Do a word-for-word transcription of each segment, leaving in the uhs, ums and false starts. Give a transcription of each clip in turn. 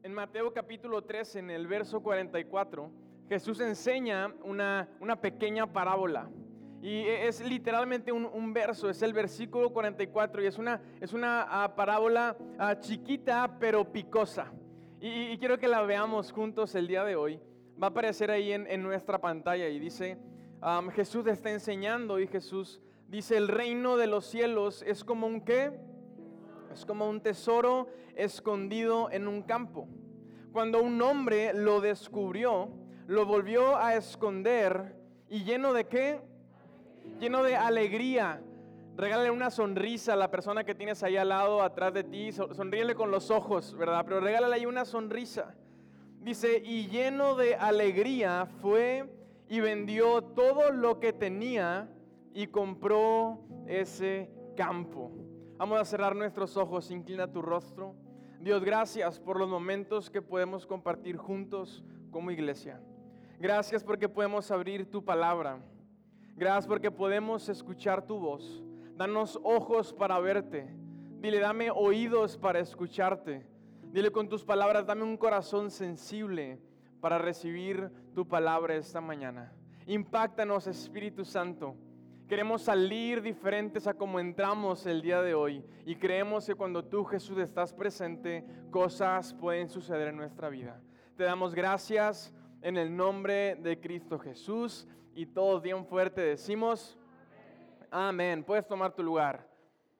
En Mateo capítulo tres, en el verso cuarenta y cuatro, Jesús enseña una, una pequeña parábola. Y es literalmente un, un verso, es el versículo cuarenta y cuatro, y es una, es una uh, parábola uh, chiquita pero picosa. Y, y quiero que la veamos juntos el día de hoy. Va a aparecer ahí en, en nuestra pantalla y dice, um, Jesús está enseñando y Jesús dice, el reino de los cielos es como un ¿qué? Es como un tesoro escondido en un campo. Cuando un hombre lo descubrió, lo volvió a esconder y lleno de ¿qué? Lleno de alegría. Regálale una sonrisa a la persona que tienes ahí al lado, atrás de ti. Sonríele con los ojos, ¿verdad? Pero regálale ahí una sonrisa. Dice, y lleno de alegría fue y vendió todo lo que tenía y compró ese campo. Vamos a cerrar nuestros ojos, inclina tu rostro. Dios, gracias por los momentos que podemos compartir juntos como iglesia. Gracias porque podemos abrir tu palabra. Gracias porque podemos escuchar tu voz. Danos ojos para verte. Dile, dame oídos para escucharte. Dile con tus palabras, dame un corazón sensible para recibir tu palabra esta mañana. Impáctanos, Espíritu Santo. Queremos salir diferentes a como entramos el día de hoy. Y creemos que cuando tú, Jesús, estás presente, cosas pueden suceder en nuestra vida. Te damos gracias en el nombre de Cristo Jesús. Y todos bien fuerte decimos, amén. Amén. Puedes tomar tu lugar.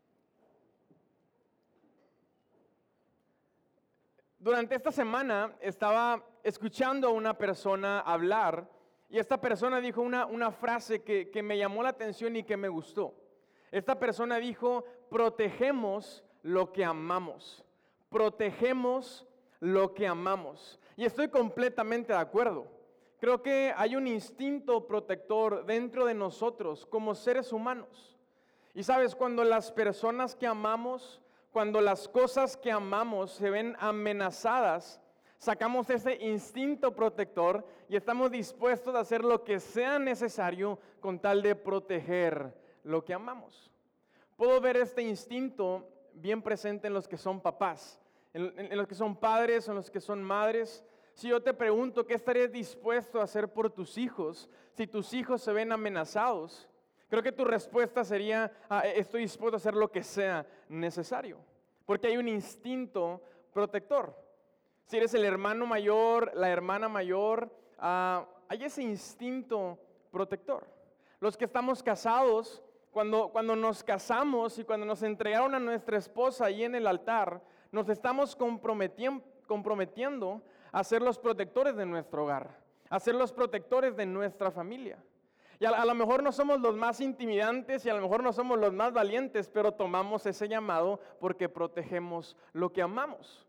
Durante esta semana estaba escuchando a una persona hablar. Y esta persona dijo una, una frase que, que me llamó la atención y que me gustó. Esta persona dijo, protegemos lo que amamos. Protegemos lo que amamos. Y estoy completamente de acuerdo. Creo que hay un instinto protector dentro de nosotros como seres humanos. Y sabes, cuando las personas que amamos, cuando las cosas que amamos se ven amenazadas, sacamos ese instinto protector y estamos dispuestos a hacer lo que sea necesario con tal de proteger lo que amamos. Puedo ver este instinto bien presente en los que son papás, en, en los que son padres, en los que son madres. Si yo te pregunto, ¿qué estarías dispuesto a hacer por tus hijos si tus hijos se ven amenazados? Creo que tu respuesta sería, ah, estoy dispuesto a hacer lo que sea necesario, porque hay un instinto protector. Si eres el hermano mayor, la hermana mayor, uh, hay ese instinto protector. Los que estamos casados, cuando, cuando nos casamos y cuando nos entregaron a nuestra esposa ahí en el altar, nos estamos comprometiendo, comprometiendo a ser los protectores de nuestro hogar, a ser los protectores de nuestra familia. Y a, a lo mejor no somos los más intimidantes y a lo mejor no somos los más valientes, pero tomamos ese llamado porque protegemos lo que amamos.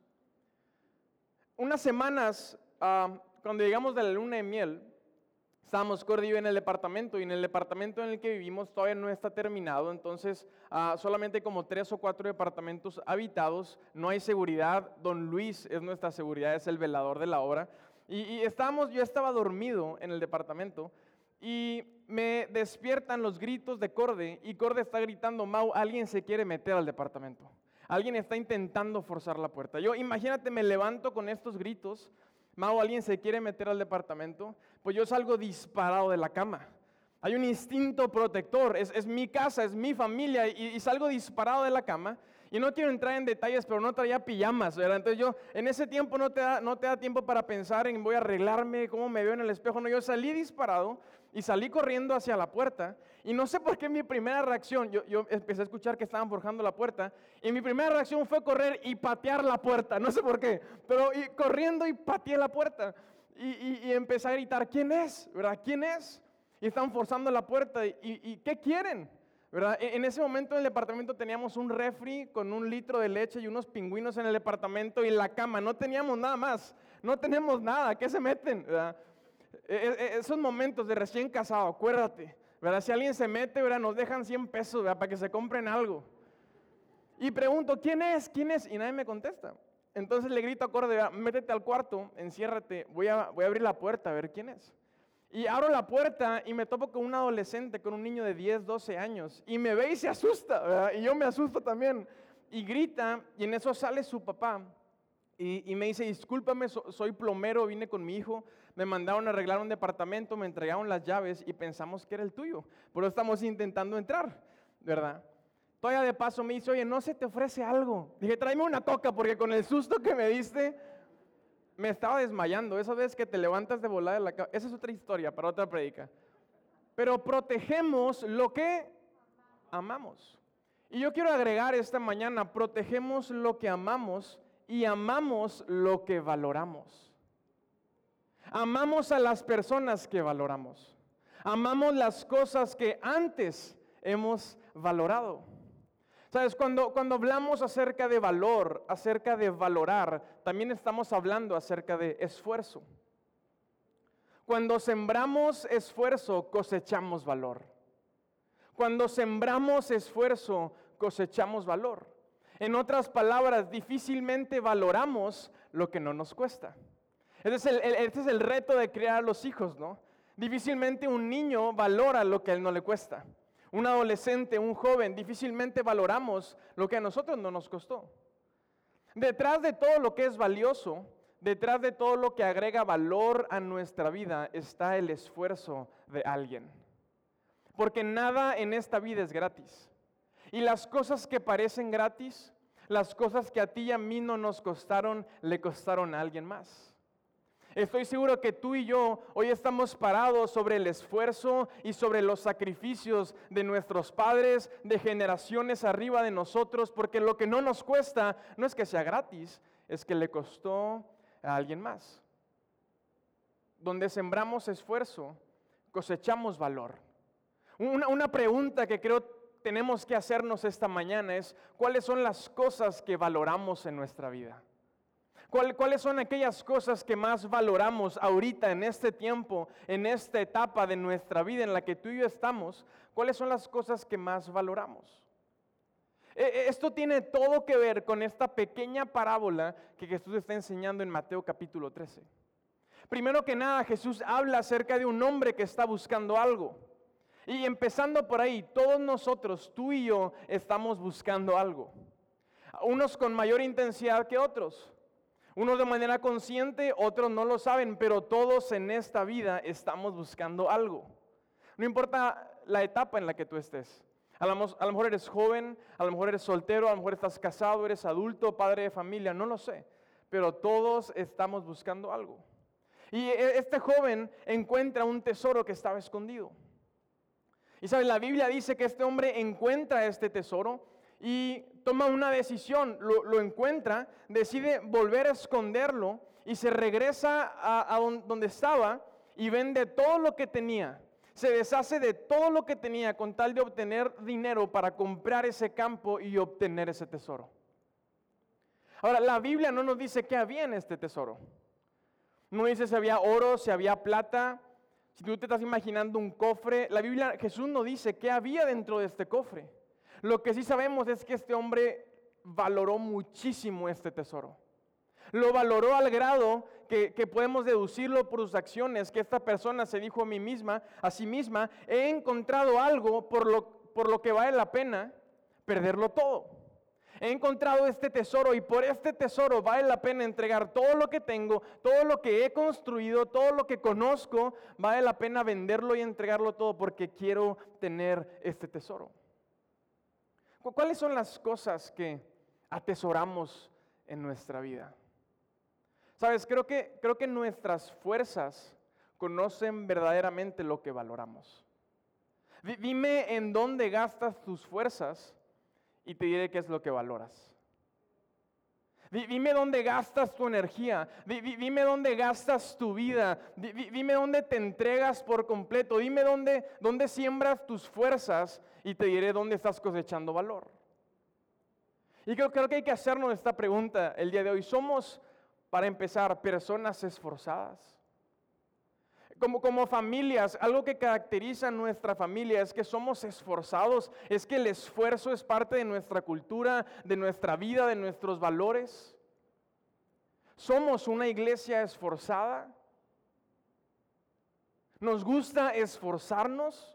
Unas semanas, uh, cuando llegamos de la luna de miel, estábamos Cordy y yo en el departamento, y en el departamento en el que vivimos todavía no está terminado, entonces uh, solamente como tres o cuatro departamentos habitados, no hay seguridad. Don Luis es nuestra seguridad, es el velador de la obra, y, y estábamos, yo estaba dormido en el departamento, y me despiertan los gritos de Cordy, y Cordy está gritando, Mau, alguien se quiere meter al departamento. Alguien está intentando forzar la puerta. Yo, imagínate, me levanto con estos gritos. Mau, ¿alguien se quiere meter al departamento? Pues yo salgo disparado de la cama. Hay un instinto protector. Es, es mi casa, es mi familia. Y, y salgo disparado de la cama. Y no quiero entrar en detalles, pero no traía pijamas, ¿verdad? Entonces yo, en ese tiempo no te da, no te da tiempo para pensar en voy a arreglarme, cómo me veo en el espejo. No, yo salí disparado y salí corriendo hacia la puerta. Y no sé por qué mi primera reacción, yo, yo empecé a escuchar que estaban forjando la puerta. Y mi primera reacción fue correr y patear la puerta. No sé por qué, pero y, corriendo y pateé la puerta. Y, y, y empecé a gritar, ¿quién es? ¿Verdad? ¿Quién es? Y estaban forzando la puerta. ¿Y, y qué quieren? ¿Verdad? En ese momento en el departamento teníamos un refri con un litro de leche y unos pingüinos en el departamento y la cama. No teníamos nada más. No tenemos nada. ¿Qué se meten? ¿Verdad? Esos momentos de recién casado, acuérdate. ¿Verdad? Si alguien se mete, ¿verdad? Nos dejan cien pesos, ¿verdad? Para que se compren algo. Y pregunto, ¿quién es? ¿Quién es? Y nadie me contesta. Entonces le grito a Cordy, métete al cuarto, enciérrate. Voy a, voy a abrir la puerta a ver quién es. Y abro la puerta y me topo con un adolescente, con un niño de diez, doce años. Y me ve y se asusta, ¿verdad? Y yo me asusto también. Y grita, y en eso sale su papá. Y, y me dice, discúlpame, so- soy plomero, vine con mi hijo, me mandaron a arreglar un departamento, me entregaron las llaves y pensamos que era el tuyo. Por eso estamos intentando entrar, ¿verdad? Todavía de paso me dice, oye, ¿no se te ofrece algo? Dije, tráeme una coca porque con el susto que me diste, me estaba desmayando. Esa vez que te levantas de volada de la cama, esa es otra historia para otra predica. Pero protegemos lo que amamos. Y yo quiero agregar esta mañana, protegemos lo que amamos y amamos lo que valoramos. Amamos a las personas que valoramos. Amamos las cosas que antes hemos valorado. Sabes, cuando, cuando hablamos acerca de valor, acerca de valorar, también estamos hablando acerca de esfuerzo. Cuando sembramos esfuerzo, cosechamos valor. Cuando sembramos esfuerzo, cosechamos valor. En otras palabras, difícilmente valoramos lo que no nos cuesta. Ese es el, el, ese es el reto de criar a los hijos, ¿no? Difícilmente un niño valora lo que a él no le cuesta. Un adolescente, un joven, difícilmente valoramos lo que a nosotros no nos costó. Detrás de todo lo que es valioso, detrás de todo lo que agrega valor a nuestra vida, está el esfuerzo de alguien. Porque nada en esta vida es gratis. Y las cosas que parecen gratis, las cosas que a ti y a mí no nos costaron, le costaron a alguien más. Estoy seguro que tú y yo hoy estamos parados sobre el esfuerzo y sobre los sacrificios de nuestros padres, de generaciones arriba de nosotros, porque lo que no nos cuesta no es que sea gratis, es que le costó a alguien más. Donde sembramos esfuerzo, cosechamos valor. Una, una pregunta que creo tenemos que hacernos esta mañana es, ¿cuáles son las cosas que valoramos en nuestra vida? ¿Cuál, ¿Cuáles son aquellas cosas que más valoramos ahorita, en este tiempo, en esta etapa de nuestra vida en la que tú y yo estamos? ¿Cuáles son las cosas que más valoramos? Esto tiene todo que ver con esta pequeña parábola que Jesús está enseñando en Mateo capítulo trece. Primero que nada, Jesús habla acerca de un hombre que está buscando algo. Y empezando por ahí, todos nosotros, tú y yo, estamos buscando algo. Unos con mayor intensidad que otros. Unos de manera consciente, otros no lo saben, pero todos en esta vida estamos buscando algo. No importa la etapa en la que tú estés. A lo, a lo mejor eres joven, a lo mejor eres soltero, a lo mejor estás casado, eres adulto, padre de familia, no lo sé. Pero todos estamos buscando algo. Y este joven encuentra un tesoro que estaba escondido. Y sabes, la Biblia dice que este hombre encuentra este tesoro y toma una decisión, lo, lo encuentra, decide volver a esconderlo y se regresa a, a donde estaba y vende todo lo que tenía. Se deshace de todo lo que tenía con tal de obtener dinero para comprar ese campo y obtener ese tesoro. Ahora, la Biblia no nos dice qué había en este tesoro. No dice si había oro, si había plata. Si tú te estás imaginando un cofre, la Biblia, Jesús no dice qué había dentro de este cofre. Lo que sí sabemos es que este hombre valoró muchísimo este tesoro. Lo valoró al grado que, que podemos deducirlo por sus acciones, que esta persona se dijo a mí misma, a sí misma, he encontrado algo por lo, por lo que vale la pena perderlo todo. He encontrado este tesoro y por este tesoro vale la pena entregar todo lo que tengo, todo lo que he construido, todo lo que conozco, vale la pena venderlo y entregarlo todo porque quiero tener este tesoro. ¿Cuáles son las cosas que atesoramos en nuestra vida? Sabes, creo que, creo que nuestras fuerzas conocen verdaderamente lo que valoramos. Dime en dónde gastas tus fuerzas y te diré qué es lo que valoras. Dime dónde gastas tu energía, dime dónde gastas tu vida, dime dónde te entregas por completo, dime dónde, dónde siembras tus fuerzas y te diré dónde estás cosechando valor. Y creo, creo que hay que hacernos esta pregunta el día de hoy. ¿Somos, para empezar, personas esforzadas? Como, como familias, algo que caracteriza a nuestra familia es que somos esforzados, es que el esfuerzo es parte de nuestra cultura, de nuestra vida, de nuestros valores. ¿Somos una iglesia esforzada? ¿Nos gusta esforzarnos?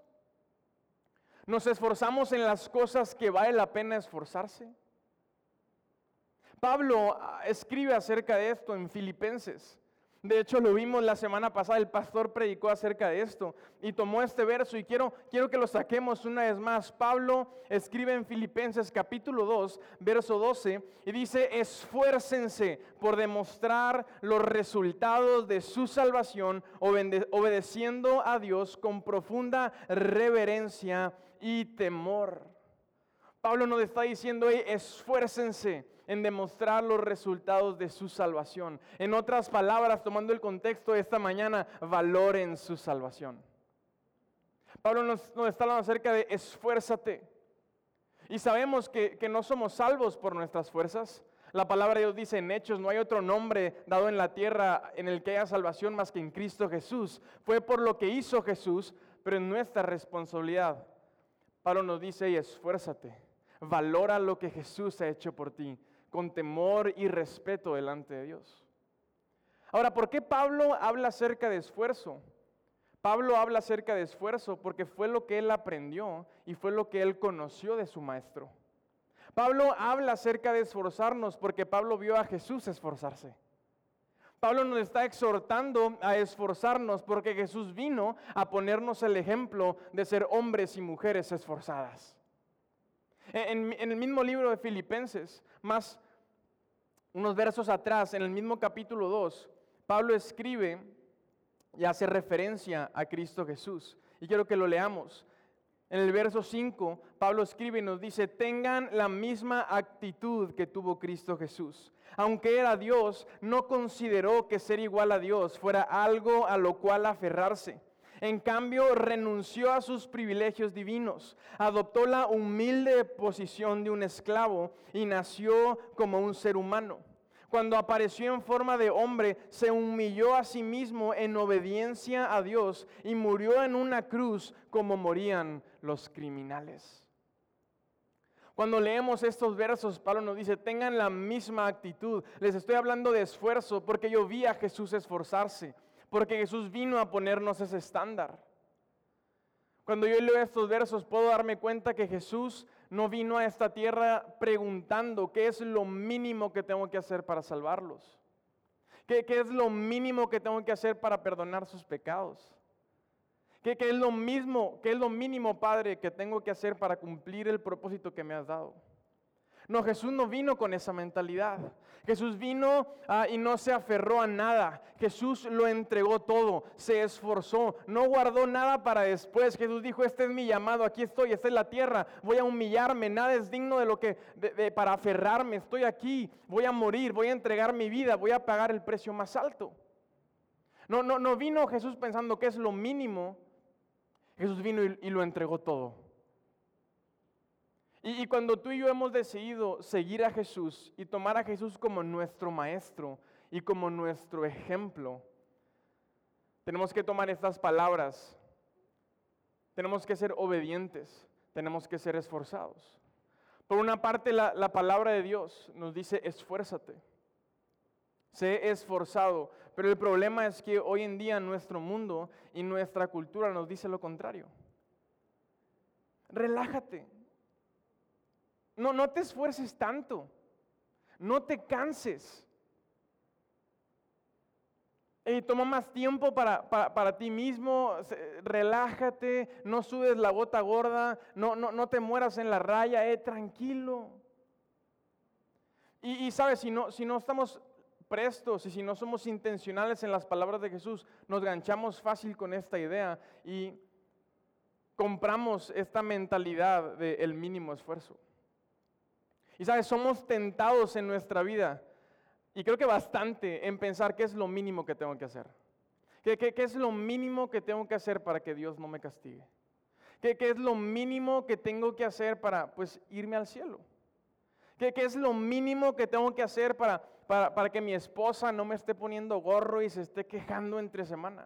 ¿Nos esforzamos en las cosas que vale la pena esforzarse? Pablo ah, escribe acerca de esto en Filipenses. De hecho, lo vimos la semana pasada, el pastor predicó acerca de esto y tomó este verso y quiero, quiero que lo saquemos una vez más. Pablo escribe en Filipenses capítulo dos, verso doce y dice, esfuércense por demostrar los resultados de su salvación, obede- obedeciendo a Dios con profunda reverencia y temor. Pablo nos está diciendo, hey, esfuércense en demostrar los resultados de su salvación. En otras palabras, tomando el contexto de esta mañana, valoren su salvación. Pablo nos, nos está hablando acerca de esfuérzate. Y sabemos que, que no somos salvos por nuestras fuerzas. La palabra de Dios dice en Hechos, no hay otro nombre dado en la tierra en el que haya salvación más que en Cristo Jesús. Fue por lo que hizo Jesús, pero es nuestra responsabilidad. Pablo nos dice, hey, esfuérzate. Valora lo que Jesús ha hecho por ti, con temor y respeto delante de Dios. Ahora, ¿por qué Pablo habla acerca de esfuerzo? Pablo habla acerca de esfuerzo porque fue lo que él aprendió y fue lo que él conoció de su maestro. Pablo habla acerca de esforzarnos porque Pablo vio a Jesús esforzarse. Pablo nos está exhortando a esforzarnos porque Jesús vino a ponernos el ejemplo de ser hombres y mujeres esforzadas. En, en el mismo libro de Filipenses, más unos versos atrás, en el mismo capítulo dos, Pablo escribe y hace referencia a Cristo Jesús. Y quiero que lo leamos. En el verso cinco, Pablo escribe y nos dice, tengan la misma actitud que tuvo Cristo Jesús. Aunque era Dios, no consideró que ser igual a Dios fuera algo a lo cual aferrarse. En cambio, renunció a sus privilegios divinos, adoptó la humilde posición de un esclavo y nació como un ser humano. Cuando apareció en forma de hombre, se humilló a sí mismo en obediencia a Dios y murió en una cruz como morían los criminales. Cuando leemos estos versos, Pablo nos dice, tengan la misma actitud. Les estoy hablando de esfuerzo porque yo vi a Jesús esforzarse. Porque Jesús vino a ponernos ese estándar. Cuando yo leo estos versos puedo darme cuenta que Jesús no vino a esta tierra preguntando qué es lo mínimo que tengo que hacer para salvarlos. ¿Qué, qué es lo mínimo que tengo que hacer para perdonar sus pecados? ¿Qué, qué es lo mismo, qué es lo mínimo, Padre, que tengo que hacer para cumplir el propósito que me has dado? No, Jesús no vino con esa mentalidad. Jesús vino uh, y no se aferró a nada. Jesús lo entregó todo, se esforzó, no guardó nada para después. Jesús dijo, este es mi llamado, aquí estoy, esta es la tierra, voy a humillarme, nada es digno de lo que de, de, para aferrarme, estoy aquí, voy a morir, voy a entregar mi vida, voy a pagar el precio más alto. No, no, no vino Jesús pensando que es lo mínimo. Jesús vino y, y lo entregó todo. Y, y cuando tú y yo hemos decidido seguir a Jesús y tomar a Jesús como nuestro maestro y como nuestro ejemplo, tenemos que tomar estas palabras. Tenemos que ser obedientes, tenemos que ser esforzados. Por una parte, la, la palabra de Dios nos dice, esfuérzate, sé esforzado. Pero el problema es que hoy en día nuestro mundo y nuestra cultura nos dice lo contrario. Relájate. No, no te esfuerces tanto. No te canses. Y toma más tiempo para, para, para ti mismo. Relájate. No subes la gota gorda. No, no, no te mueras en la raya. Eh, tranquilo. Y, y sabes, si no, si no estamos prestos y si no somos intencionales en las palabras de Jesús, nos ganchamos fácil con esta idea y compramos esta mentalidad del mínimo esfuerzo. Y sabes, somos tentados en nuestra vida, y creo que bastante, en pensar qué es lo mínimo que tengo que hacer. ¿Qué, qué, qué es lo mínimo que tengo que hacer para que Dios no me castigue? ¿Qué, qué es lo mínimo que tengo que hacer para pues, irme al cielo? ¿Qué, qué es lo mínimo que tengo que hacer para, para, para que mi esposa no me esté poniendo gorro y se esté quejando entre semana?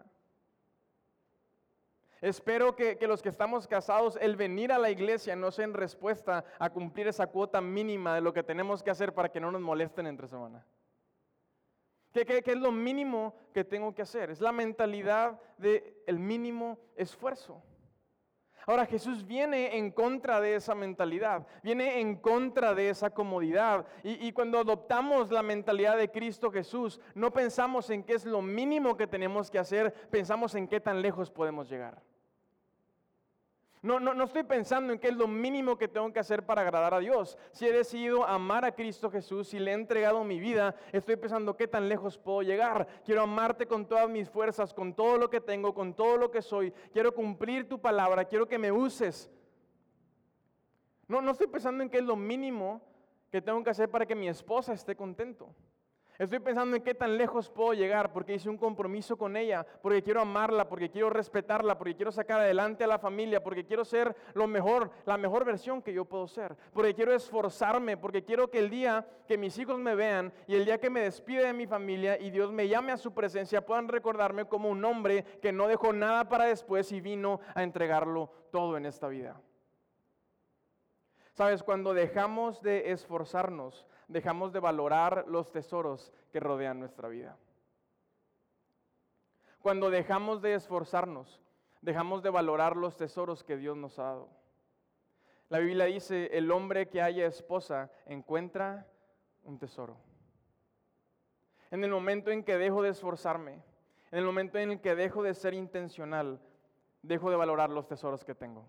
Espero que, que los que estamos casados, el venir a la iglesia no sea en respuesta a cumplir esa cuota mínima de lo que tenemos que hacer para que no nos molesten entre semana. ¿Qué, qué, qué es lo mínimo que tengo que hacer? Es la mentalidad del mínimo esfuerzo. Ahora Jesús viene en contra de esa mentalidad, viene en contra de esa comodidad. Y, y cuando adoptamos la mentalidad de Cristo Jesús, no pensamos en qué es lo mínimo que tenemos que hacer, pensamos en qué tan lejos podemos llegar. No, no, no estoy pensando en qué es lo mínimo que tengo que hacer para agradar a Dios. Si he decidido amar a Cristo Jesús, si le he entregado mi vida, estoy pensando qué tan lejos puedo llegar. Quiero amarte con todas mis fuerzas, con todo lo que tengo, con todo lo que soy. Quiero cumplir tu palabra, quiero que me uses. No, no estoy pensando en qué es lo mínimo que tengo que hacer para que mi esposa esté contento. Estoy pensando en qué tan lejos puedo llegar porque hice un compromiso con ella, porque quiero amarla, porque quiero respetarla, porque quiero sacar adelante a la familia, porque quiero ser lo mejor, la mejor versión que yo puedo ser, porque quiero esforzarme, porque quiero que el día que mis hijos me vean y el día que me despide de mi familia y Dios me llame a su presencia, puedan recordarme como un hombre que no dejó nada para después y vino a entregarlo todo en esta vida. Sabes, cuando dejamos de esforzarnos, dejamos de valorar los tesoros que rodean nuestra vida. Cuando dejamos de esforzarnos, dejamos de valorar los tesoros que Dios nos ha dado. La Biblia dice, el hombre que haya esposa encuentra un tesoro. En el momento en que dejo de esforzarme, en el momento en el que dejo de ser intencional, dejo de valorar los tesoros que tengo.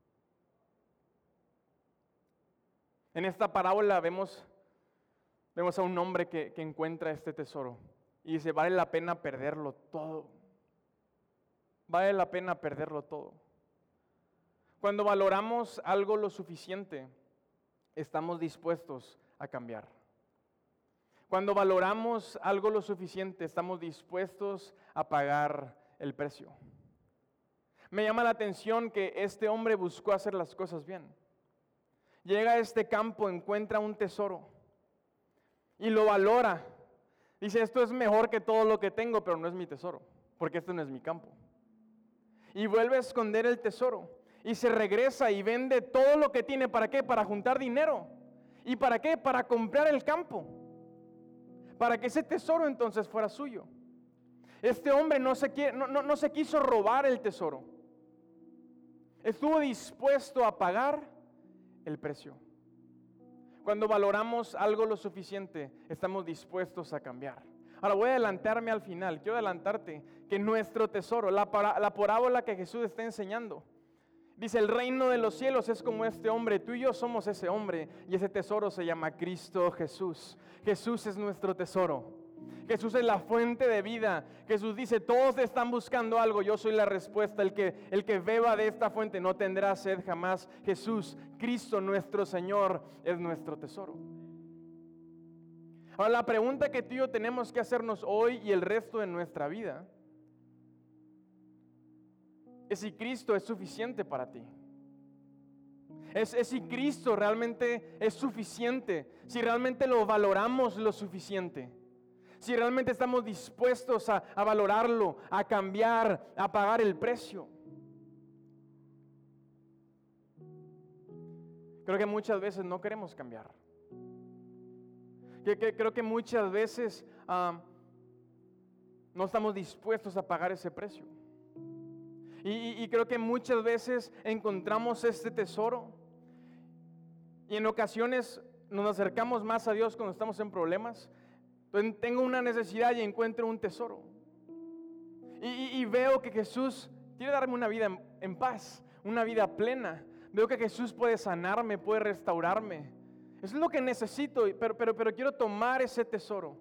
En esta parábola vemos, vemos a un hombre que, que encuentra este tesoro y dice, vale la pena perderlo todo. Vale la pena perderlo todo. Cuando valoramos algo lo suficiente, estamos dispuestos a cambiar. Cuando valoramos algo lo suficiente, estamos dispuestos a pagar el precio. Me llama la atención que este hombre buscó hacer las cosas bien. Llega a este campo, encuentra un tesoro y lo valora. Dice, esto es mejor que todo lo que tengo, pero no es mi tesoro, porque este no es mi campo. Y vuelve a esconder el tesoro y se regresa y vende todo lo que tiene. ¿Para qué? Para juntar dinero. ¿Y para qué? Para comprar el campo. Para que ese tesoro entonces fuera suyo. Este hombre no se, quiere, no, no, no se quiso robar el tesoro. Estuvo dispuesto a pagar el precio. Cuando valoramos algo lo suficiente, estamos dispuestos a cambiar. Ahora voy a adelantarme al final. Quiero adelantarte que nuestro tesoro, la, para, la parábola que Jesús está enseñando, dice, el reino de los cielos es como este hombre. Tú y yo somos ese hombre y ese tesoro se llama Cristo Jesús. Jesús es nuestro tesoro. Jesús es la fuente de vida. Jesús dice, todos están buscando algo, yo soy la respuesta. El que, el que beba de esta fuente no tendrá sed jamás. Jesús, Cristo nuestro Señor, es nuestro tesoro. Ahora la pregunta que tú y yo tenemos que hacernos hoy y el resto de nuestra vida es si Cristo es suficiente para ti. Es, es si Cristo realmente es suficiente, si realmente lo valoramos lo suficiente. Si realmente estamos dispuestos a, a valorarlo, a cambiar, a pagar el precio. Creo que muchas veces no queremos cambiar. Que, que, creo que muchas veces uh, no estamos dispuestos a pagar ese precio. Y, y, y creo que muchas veces encontramos este tesoro y en ocasiones nos acercamos más a Dios cuando estamos en problemas. Entonces tengo una necesidad y encuentro un tesoro. Y, y, y veo que Jesús quiere darme una vida en, en paz, una vida plena. Veo que Jesús puede sanarme, puede restaurarme. Eso es lo que necesito, pero, pero, pero quiero tomar ese tesoro.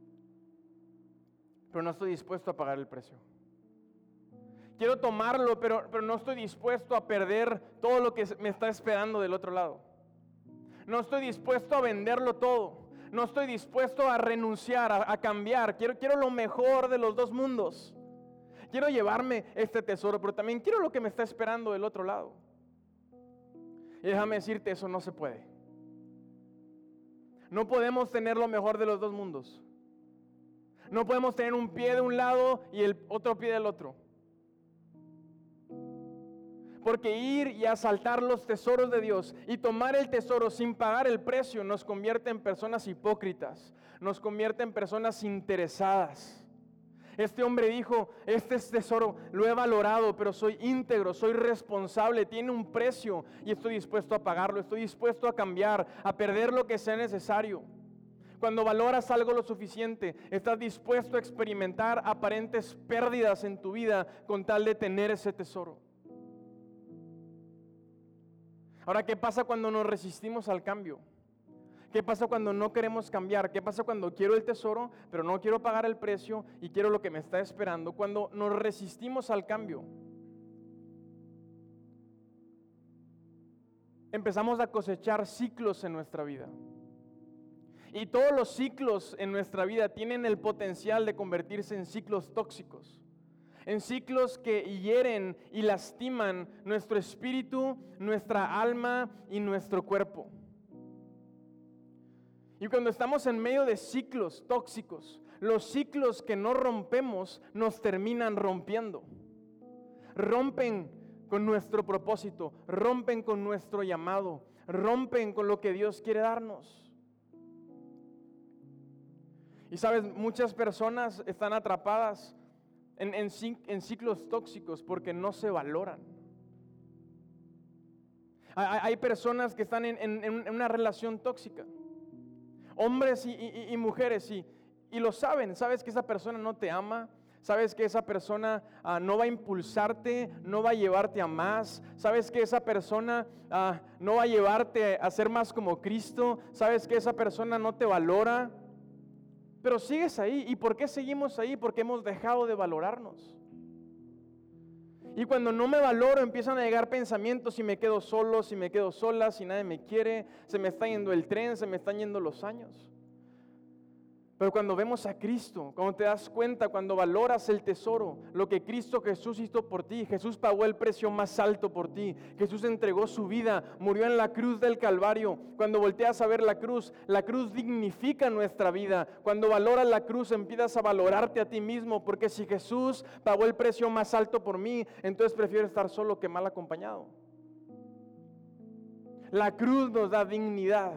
Pero no estoy dispuesto a pagar el precio. Quiero tomarlo, pero, pero no estoy dispuesto a perder todo lo que me está esperando del otro lado. No estoy dispuesto a venderlo todo. No estoy dispuesto a renunciar, a, a cambiar. Quiero, quiero lo mejor de los dos mundos. Quiero llevarme este tesoro, pero también quiero lo que me está esperando del otro lado. Y déjame decirte, eso no se puede. No podemos tener lo mejor de los dos mundos. No podemos tener un pie de un lado y el otro pie del otro. Porque ir y asaltar los tesoros de Dios y tomar el tesoro sin pagar el precio nos convierte en personas hipócritas, nos convierte en personas interesadas. Este hombre dijo, este es tesoro, lo he valorado, pero soy íntegro, soy responsable, tiene un precio y estoy dispuesto a pagarlo, estoy dispuesto a cambiar, a perder lo que sea necesario. Cuando valoras algo lo suficiente, estás dispuesto a experimentar aparentes pérdidas en tu vida con tal de tener ese tesoro. Ahora, ¿qué pasa cuando nos resistimos al cambio? ¿Qué pasa cuando no queremos cambiar? ¿Qué pasa cuando quiero el tesoro, pero no quiero pagar el precio y quiero lo que me está esperando? Cuando nos resistimos al cambio, empezamos a cosechar ciclos en nuestra vida. Y todos los ciclos en nuestra vida tienen el potencial de convertirse en ciclos tóxicos, en ciclos que hieren y lastiman nuestro espíritu, nuestra alma y nuestro cuerpo. Y cuando estamos en medio de ciclos tóxicos, los ciclos que no rompemos nos terminan rompiendo. Rompen con nuestro propósito, rompen con nuestro llamado, rompen con lo que Dios quiere darnos. Y sabes, muchas personas están atrapadas en, en, en ciclos tóxicos porque no se valoran. Hay, hay personas que están en, en, en una relación tóxica. Hombres y, y, y mujeres, y, y lo saben, sabes que esa persona no te ama, sabes que esa persona uh, no va a impulsarte, no va a llevarte a más, sabes que esa persona uh, no va a llevarte a ser más como Cristo, sabes que esa persona no te valora, pero sigues ahí. ¿Y por qué seguimos ahí? Porque hemos dejado de valorarnos. Y cuando no me valoro, empiezan a llegar pensamientos: si me quedo solo, si me quedo sola, si nadie me quiere, se me está yendo el tren, se me están yendo los años. Pero cuando vemos a Cristo, cuando te das cuenta, cuando valoras el tesoro, lo que Cristo Jesús hizo por ti, Jesús pagó el precio más alto por ti, Jesús entregó su vida, murió en la cruz del Calvario. Cuando volteas a ver la cruz, la cruz dignifica nuestra vida. Cuando valoras la cruz, empiezas a valorarte a ti mismo, porque si Jesús pagó el precio más alto por mí, entonces prefiero estar solo que mal acompañado. La cruz nos da dignidad.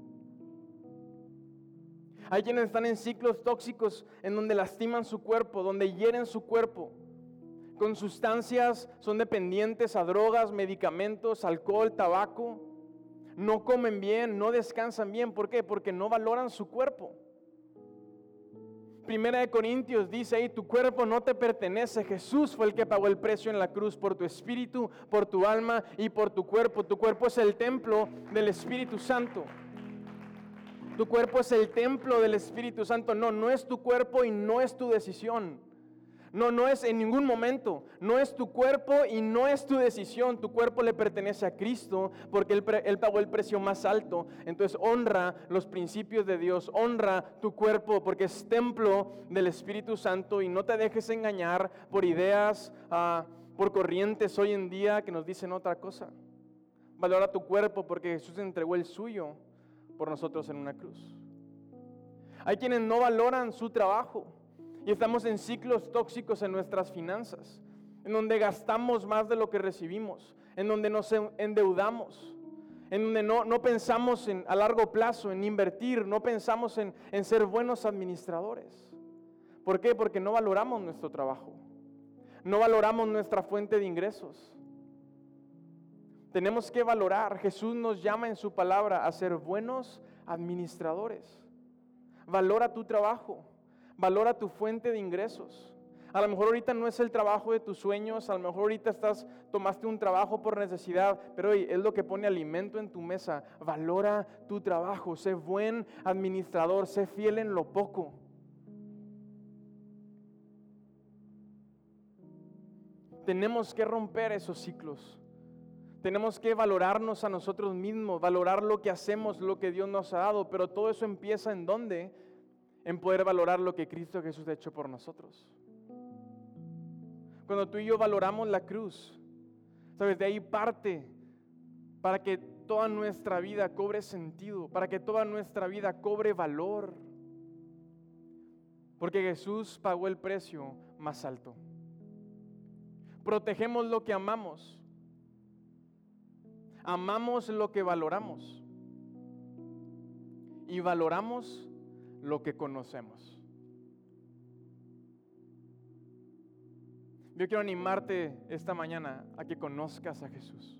Hay quienes están en ciclos tóxicos en donde lastiman su cuerpo, donde hieren su cuerpo con sustancias, son dependientes a drogas, medicamentos, alcohol, tabaco. No comen bien, no descansan bien. ¿Por qué? Porque no valoran su cuerpo. Primera de Corintios dice ahí: tu cuerpo no te pertenece. Jesús fue el que pagó el precio en la cruz por tu espíritu, por tu alma y por tu cuerpo. Tu cuerpo es el templo del Espíritu Santo. Tu cuerpo es el templo del Espíritu Santo. No, no es tu cuerpo y no es tu decisión. No, no es en ningún momento. No es tu cuerpo y no es tu decisión. Tu cuerpo le pertenece a Cristo porque Él, Él pagó el precio más alto. Entonces honra los principios de Dios. Honra tu cuerpo porque es templo del Espíritu Santo. Y no te dejes engañar por ideas, uh, por corrientes hoy en día que nos dicen otra cosa. Valora tu cuerpo porque Jesús entregó el suyo por nosotros en una cruz. Hay quienes no valoran su trabajo y estamos en ciclos tóxicos en nuestras finanzas, en donde gastamos más de lo que recibimos, en donde nos endeudamos, en donde no, no pensamos en, a largo plazo en invertir, no pensamos en, en ser buenos administradores. ¿Por qué? Porque no valoramos nuestro trabajo, no valoramos nuestra fuente de ingresos. Tenemos que valorar. Jesús nos llama en su palabra a ser buenos administradores. Valora tu trabajo, valora tu fuente de ingresos. A lo mejor ahorita no es el trabajo de tus sueños, a lo mejor ahorita estás, tomaste un trabajo por necesidad, pero hoy es lo que pone alimento en tu mesa. Valora tu trabajo, sé buen administrador, sé fiel en lo poco. Tenemos que romper esos ciclos. Tenemos que valorarnos a nosotros mismos, valorar lo que hacemos, lo que Dios nos ha dado, pero todo eso empieza ¿en dónde? En poder valorar lo que Cristo Jesús ha hecho por nosotros. Cuando tú y yo valoramos la cruz, ¿sabes? De ahí parte para que toda nuestra vida cobre sentido, para que toda nuestra vida cobre valor. Porque Jesús pagó el precio más alto. Protegemos lo que amamos. Amamos lo que valoramos y valoramos lo que conocemos. Yo quiero animarte esta mañana a que conozcas a Jesús,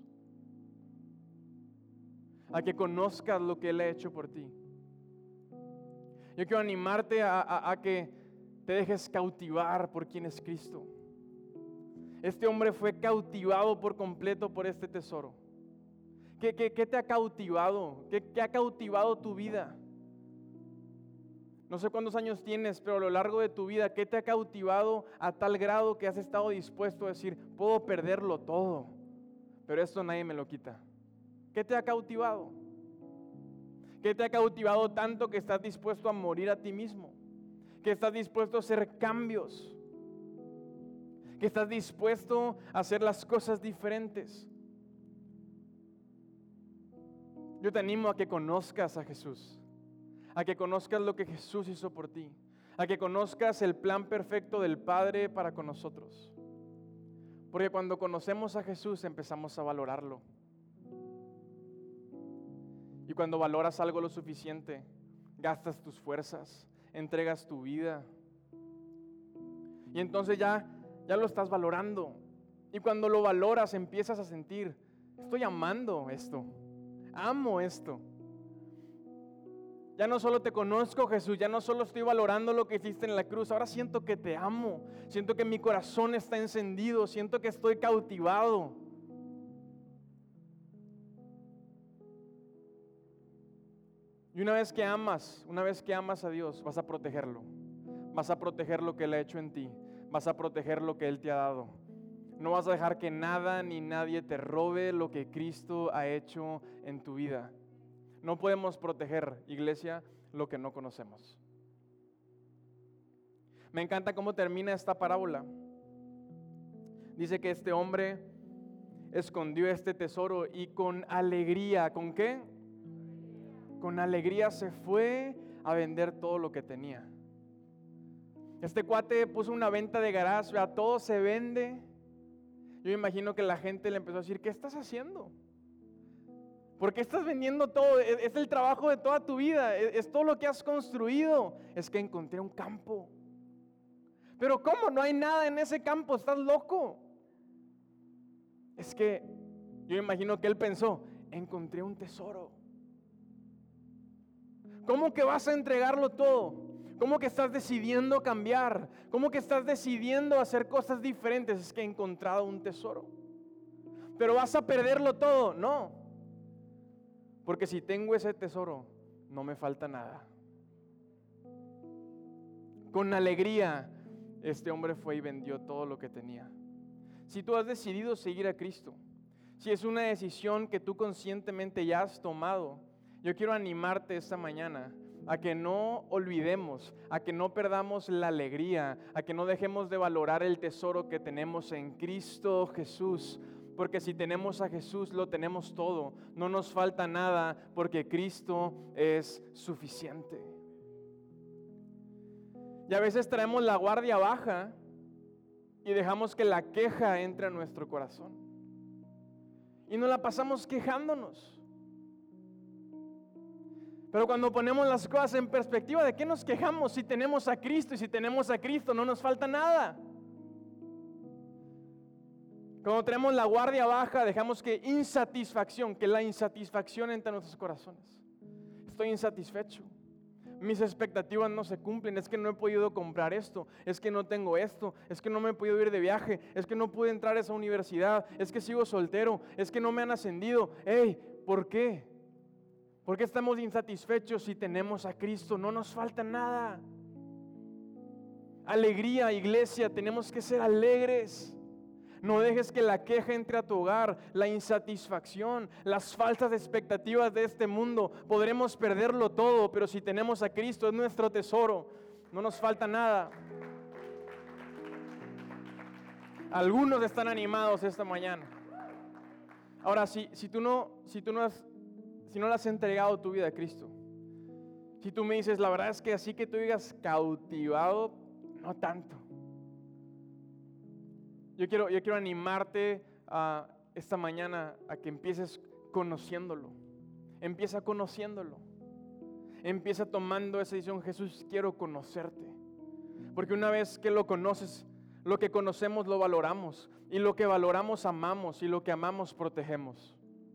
a que conozcas lo que Él ha hecho por ti. Yo quiero animarte a, a, a que te dejes cautivar por quién es Cristo. Este hombre fue cautivado por completo por este tesoro. ¿Qué, qué, qué te ha cautivado? ¿Qué, qué ha cautivado tu vida? No sé cuántos años tienes, pero a lo largo de tu vida, ¿qué te ha cautivado a tal grado que has estado dispuesto a decir, puedo perderlo todo, pero esto nadie me lo quita? ¿Qué te ha cautivado? ¿Qué te ha cautivado tanto que estás dispuesto a morir a ti mismo? ¿Que estás dispuesto a hacer cambios? ¿Que estás dispuesto a hacer las cosas diferentes? Yo te animo a que conozcas a Jesús, a que conozcas lo que Jesús hizo por ti, a que conozcas el plan perfecto del Padre para con nosotros. Porque cuando conocemos a Jesús empezamos a valorarlo. Y cuando valoras algo lo suficiente, gastas tus fuerzas, entregas tu vida. Y entonces ya, ya lo estás valorando. Y cuando lo valoras empiezas a sentir, estoy amando esto, amo esto. Ya no solo te conozco, Jesús, ya no solo estoy valorando lo que hiciste en la cruz, ahora siento que te amo, siento que mi corazón está encendido, siento que estoy cautivado. Y una vez que amas, una vez que amas a Dios, vas a protegerlo. Vas a proteger lo que Él ha hecho en ti. Vas a proteger lo que Él te ha dado. No vas a dejar que nada ni nadie te robe lo que Cristo ha hecho en tu vida. No podemos proteger, iglesia, lo que no conocemos. Me encanta cómo termina esta parábola. Dice que este hombre escondió este tesoro y con alegría, ¿con qué? Con alegría se fue a vender todo lo que tenía. Este cuate puso una venta de garage, a todo se vende. Yo me imagino que la gente le empezó a decir, ¿qué estás haciendo? ¿Por qué estás vendiendo todo? Es, es el trabajo de toda tu vida, es, es todo lo que has construido. Es que encontré un campo. Pero ¿cómo? No hay nada en ese campo, estás loco. Es que yo me imagino que él pensó, encontré un tesoro. ¿Cómo que vas a entregarlo todo? ¿Cómo que estás decidiendo cambiar? ¿Cómo que estás decidiendo hacer cosas diferentes? Es que he encontrado un tesoro. Pero vas a perderlo todo. No. Porque si tengo ese tesoro, no me falta nada. Con alegría, este hombre fue y vendió todo lo que tenía. Si tú has decidido seguir a Cristo, si es una decisión que tú conscientemente ya has tomado, yo quiero animarte esta mañana a que no olvidemos, a que no perdamos la alegría, a que no dejemos de valorar el tesoro que tenemos en Cristo Jesús. Porque si tenemos a Jesús, lo tenemos todo. No nos falta nada porque Cristo es suficiente. Y a veces traemos la guardia baja y dejamos que la queja entre a nuestro corazón. Y nos la pasamos quejándonos. Pero cuando ponemos las cosas en perspectiva, ¿de qué nos quejamos si tenemos a Cristo? Y si tenemos a Cristo no nos falta nada. Cuando tenemos la guardia baja, dejamos que insatisfacción, que la insatisfacción entre nuestros corazones. Estoy insatisfecho. Mis expectativas no se cumplen. Es que no he podido comprar esto. Es que no tengo esto. Es que no me he podido ir de viaje. Es que no pude entrar a esa universidad. Es que sigo soltero. Es que no me han ascendido. Hey, ¿por qué? ¿Por qué estamos insatisfechos si tenemos a Cristo? No nos falta nada. Alegría, iglesia, tenemos que ser alegres. No dejes que la queja entre a tu hogar, la insatisfacción, las falsas expectativas de este mundo. Podremos perderlo todo, pero si tenemos a Cristo es nuestro tesoro. No nos falta nada. Algunos están animados esta mañana. Ahora, si, si tú no, si tú no has, si no le has entregado tu vida a Cristo, si tú me dices, la verdad es que así que tú digas cautivado, no tanto. Yo quiero, yo quiero animarte a, esta mañana a que empieces conociéndolo. Empieza conociéndolo. Empieza tomando esa decisión, Jesús, quiero conocerte. Porque una vez que lo conoces, Lo que conocemos lo valoramos, y lo que valoramos amamos, y lo que amamos protegemos.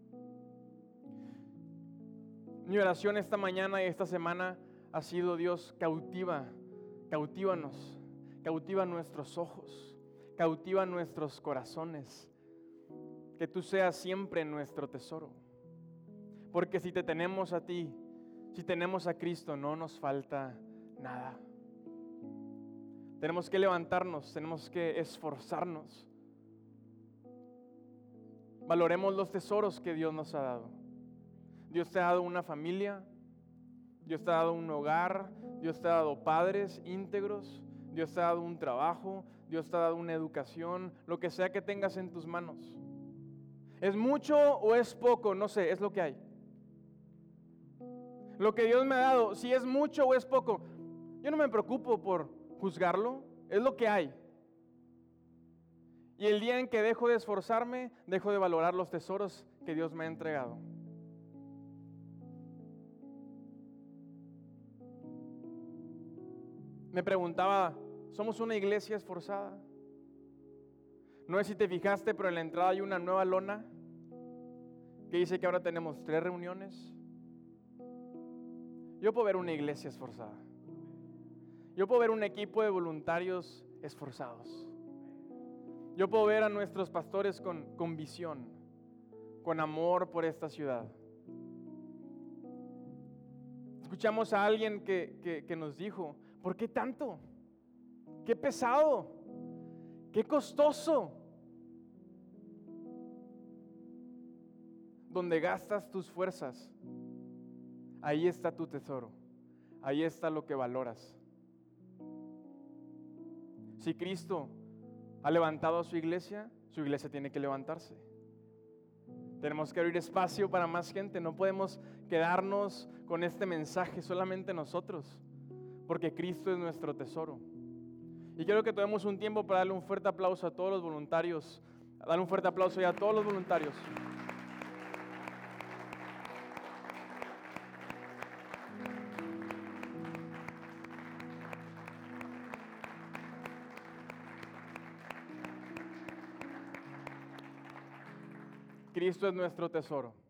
Mi oración esta mañana y esta semana ha sido: Dios, cautiva, cautívanos, cautiva nuestros ojos, cautiva nuestros corazones, que tú seas siempre nuestro tesoro. Porque si te tenemos a ti, si tenemos a Cristo, no nos falta nada. Tenemos que levantarnos, tenemos que esforzarnos. Valoremos los tesoros que Dios nos ha dado. Dios te ha dado una familia, Dios te ha dado un hogar, Dios te ha dado padres íntegros, Dios te ha dado un trabajo, Dios te ha dado una educación, lo que sea que tengas en tus manos. ¿Es mucho o es poco? No sé, es lo que hay. Lo que Dios me ha dado, si es mucho o es poco, yo no me preocupo por juzgarlo, es lo que hay. Y el día en que dejo de esforzarme, dejo de valorar los tesoros que Dios me ha entregado. Me preguntaba, ¿somos una iglesia esforzada? No sé si te fijaste, pero en la entrada hay una nueva lona que dice que ahora tenemos tres reuniones. Yo puedo ver una iglesia esforzada. Yo puedo ver un equipo de voluntarios esforzados. Yo puedo ver a nuestros pastores con, con visión, con amor por esta ciudad. Escuchamos a alguien que, que, que nos dijo, ¿por qué tanto? ¡Qué pesado! ¡Qué costoso! Donde gastas tus fuerzas, ahí está tu tesoro. Ahí está lo que valoras. Si Cristo ha levantado a su iglesia, su iglesia tiene que levantarse. Tenemos que abrir espacio para más gente. No podemos quedarnos con este mensaje solamente nosotros, porque Cristo es nuestro tesoro. Y quiero que tomemos un tiempo para darle un fuerte aplauso a todos los voluntarios. Darle un fuerte aplauso ya a todos los voluntarios. Cristo es nuestro tesoro.